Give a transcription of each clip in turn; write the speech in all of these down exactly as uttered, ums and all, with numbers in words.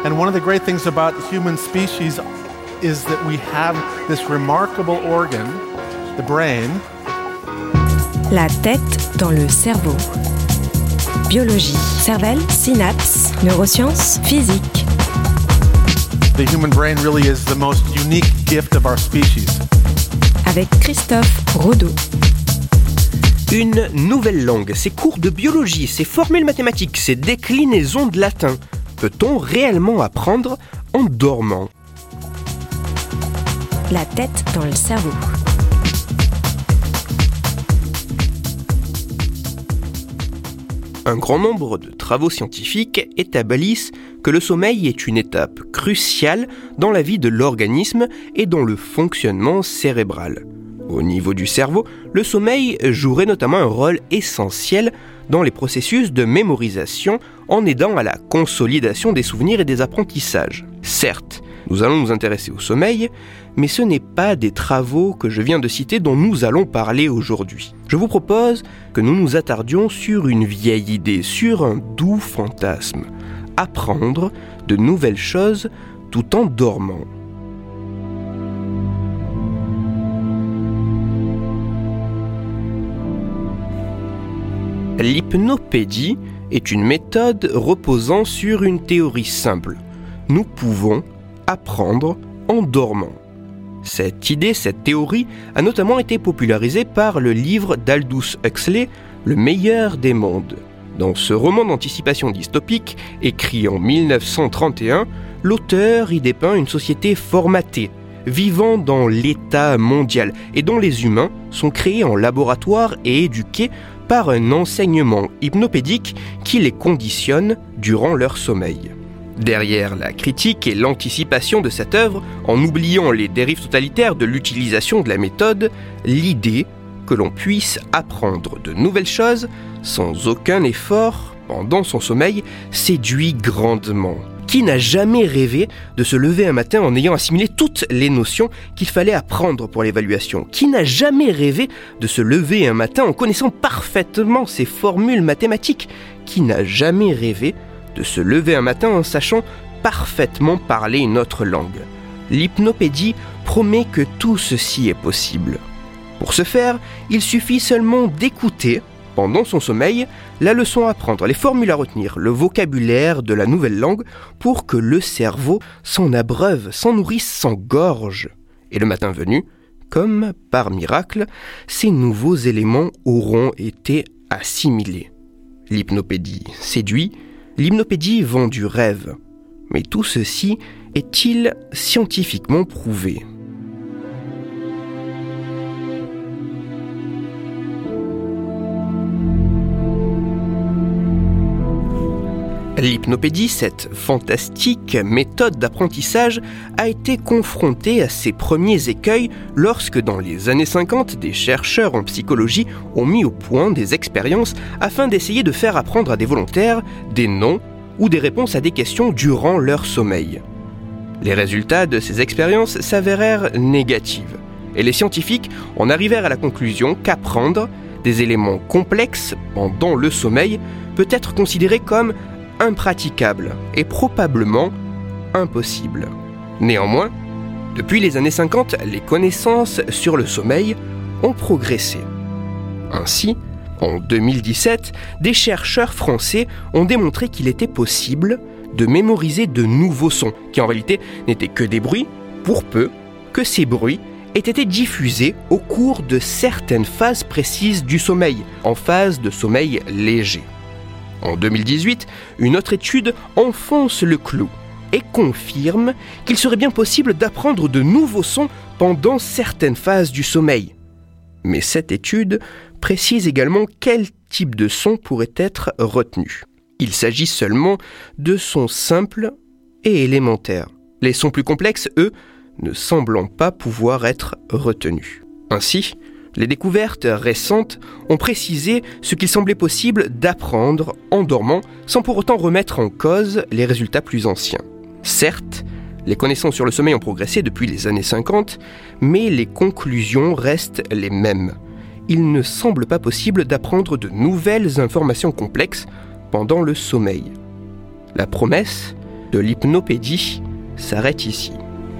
And one of the great things about human species is that we have this remarkable organ, the brain. La tête dans le cerveau. Biologie, cervelle, synapses, neurosciences, physique. The human brain really is the most unique gift of our species. Avec Christophe Rodeau. Une nouvelle langue, ses cours de biologie, ses formules mathématiques, ses déclinaisons de latin. Peut-on réellement apprendre en dormant ? La tête dans le cerveau. Un grand nombre de travaux scientifiques établissent que le sommeil est une étape cruciale dans la vie de l'organisme et dans le fonctionnement cérébral. Au niveau du cerveau, le sommeil jouerait notamment un rôle essentiel dans les processus de mémorisation en aidant à la consolidation des souvenirs et des apprentissages. Certes, nous allons nous intéresser au sommeil, mais ce n'est pas des travaux que je viens de citer dont nous allons parler aujourd'hui. Je vous propose que nous nous attardions sur une vieille idée, sur un doux fantasme. Apprendre de nouvelles choses tout en dormant. L'hypnopédie est une méthode reposant sur une théorie simple. Nous pouvons apprendre en dormant. Cette idée, cette théorie, a notamment été popularisée par le livre d'Aldous Huxley, Le meilleur des mondes. Dans ce roman d'anticipation dystopique, écrit en dix-neuf cent trente et un, l'auteur y dépeint une société formatée, vivant dans l'état mondial et dont les humains sont créés en laboratoire et éduqués par un enseignement hypnopédique qui les conditionne durant leur sommeil. Derrière la critique et l'anticipation de cette œuvre, en oubliant les dérives totalitaires de l'utilisation de la méthode, l'idée que l'on puisse apprendre de nouvelles choses sans aucun effort pendant son sommeil séduit grandement. Qui n'a jamais rêvé de se lever un matin en ayant assimilé toutes les notions qu'il fallait apprendre pour l'évaluation ? Qui n'a jamais rêvé de se lever un matin en connaissant parfaitement ses formules mathématiques ? Qui n'a jamais rêvé de se lever un matin en sachant parfaitement parler une autre langue ? L'hypnopédie promet que tout ceci est possible. Pour ce faire, il suffit seulement d'écouter, pendant son sommeil, la leçon à apprendre, les formules à retenir, le vocabulaire de la nouvelle langue pour que le cerveau s'en abreuve, s'en nourrisse, s'engorge. Et le matin venu, comme par miracle, ces nouveaux éléments auront été assimilés. L'hypnopédie séduit, l'hypnopédie vend du rêve. Mais tout ceci est-il scientifiquement prouvé ? L'hypnopédie, cette fantastique méthode d'apprentissage, a été confrontée à ses premiers écueils lorsque, dans les années cinquante, des chercheurs en psychologie ont mis au point des expériences afin d'essayer de faire apprendre à des volontaires des noms ou des réponses à des questions durant leur sommeil. Les résultats de ces expériences s'avérèrent négatifs, et les scientifiques en arrivèrent à la conclusion qu'apprendre des éléments complexes pendant le sommeil peut être considéré comme impraticable et probablement impossible. Néanmoins, depuis les années cinquante, les connaissances sur le sommeil ont progressé. Ainsi, en deux mille dix-sept, des chercheurs français ont démontré qu'il était possible de mémoriser de nouveaux sons, qui en réalité n'étaient que des bruits, pour peu que ces bruits aient été diffusés au cours de certaines phases précises du sommeil, en phase de sommeil léger. En deux mille dix-huit, une autre étude enfonce le clou et confirme qu'il serait bien possible d'apprendre de nouveaux sons pendant certaines phases du sommeil. Mais cette étude précise également quel type de son pourrait être retenu. Il s'agit seulement de sons simples et élémentaires. Les sons plus complexes, eux, ne semblant pas pouvoir être retenus. Ainsi, les découvertes récentes ont précisé ce qu'il semblait possible d'apprendre en dormant sans pour autant remettre en cause les résultats plus anciens. Certes, les connaissances sur le sommeil ont progressé depuis les années cinquante, mais les conclusions restent les mêmes. Il ne semble pas possible d'apprendre de nouvelles informations complexes pendant le sommeil. La promesse de l'hypnopédie s'arrête ici.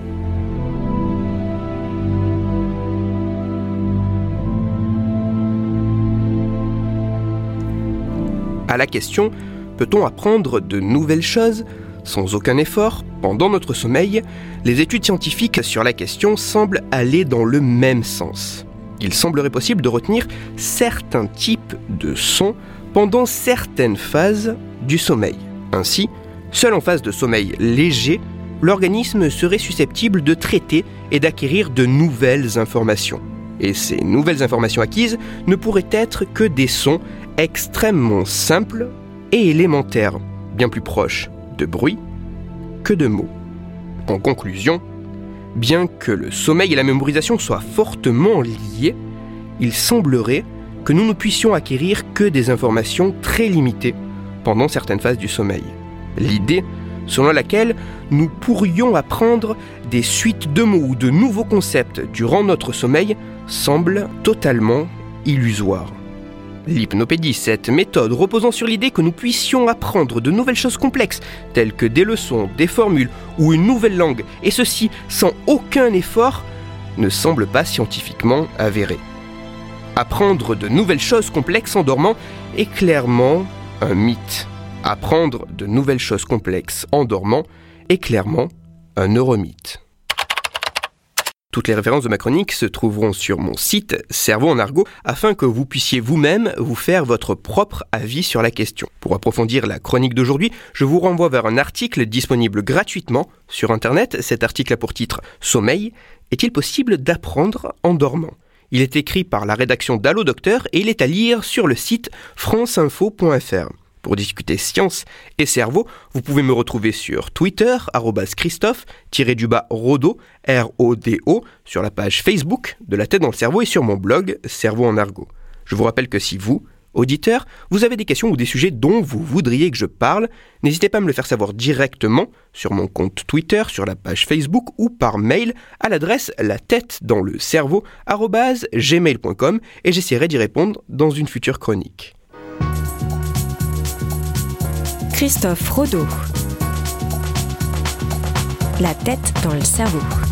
À la question « Peut-on apprendre de nouvelles choses sans aucun effort pendant notre sommeil ?» les études scientifiques sur la question semblent aller dans le même sens. Il semblerait possible de retenir certains types de sons pendant certaines phases du sommeil. Ainsi, seul en phase de sommeil léger, l'organisme serait susceptible de traiter et d'acquérir de nouvelles informations. Et ces nouvelles informations acquises ne pourraient être que des sons extrêmement simples et élémentaires, bien plus proches de bruit que de mots. En conclusion, bien que le sommeil et la mémorisation soient fortement liés, il semblerait que nous ne puissions acquérir que des informations très limitées pendant certaines phases du sommeil. L'idée selon laquelle nous pourrions apprendre des suites de mots ou de nouveaux concepts durant notre sommeil semble totalement illusoire. L'hypnopédie, cette méthode reposant sur l'idée que nous puissions apprendre de nouvelles choses complexes, telles que des leçons, des formules ou une nouvelle langue, et ceci sans aucun effort, ne semble pas scientifiquement avérée. Apprendre de nouvelles choses complexes en dormant est clairement un mythe. Apprendre de nouvelles choses complexes en dormant est clairement un neuromythe. Toutes les références de ma chronique se trouveront sur mon site Cerveau en argot afin que vous puissiez vous-même vous faire votre propre avis sur la question. Pour approfondir la chronique d'aujourd'hui, je vous renvoie vers un article disponible gratuitement sur Internet. Cet article a pour titre « Sommeil, est-il possible d'apprendre en dormant ?» Il est écrit par la rédaction d'Allo Docteur et il est à lire sur le site franceinfo point f r. Pour discuter science et cerveau, vous pouvez me retrouver sur Twitter, arobase Christophe, tiré du bas Rodo, R O D O, sur la page Facebook de La Tête dans le Cerveau et sur mon blog Cerveau en argot. Je vous rappelle que si vous, auditeurs, vous avez des questions ou des sujets dont vous voudriez que je parle, n'hésitez pas à me le faire savoir directement sur mon compte Twitter, sur la page Facebook ou par mail à l'adresse la tête dans le cerveau arobase gmail point com et j'essaierai d'y répondre dans une future chronique. Christophe Rodo. La tête dans le cerveau.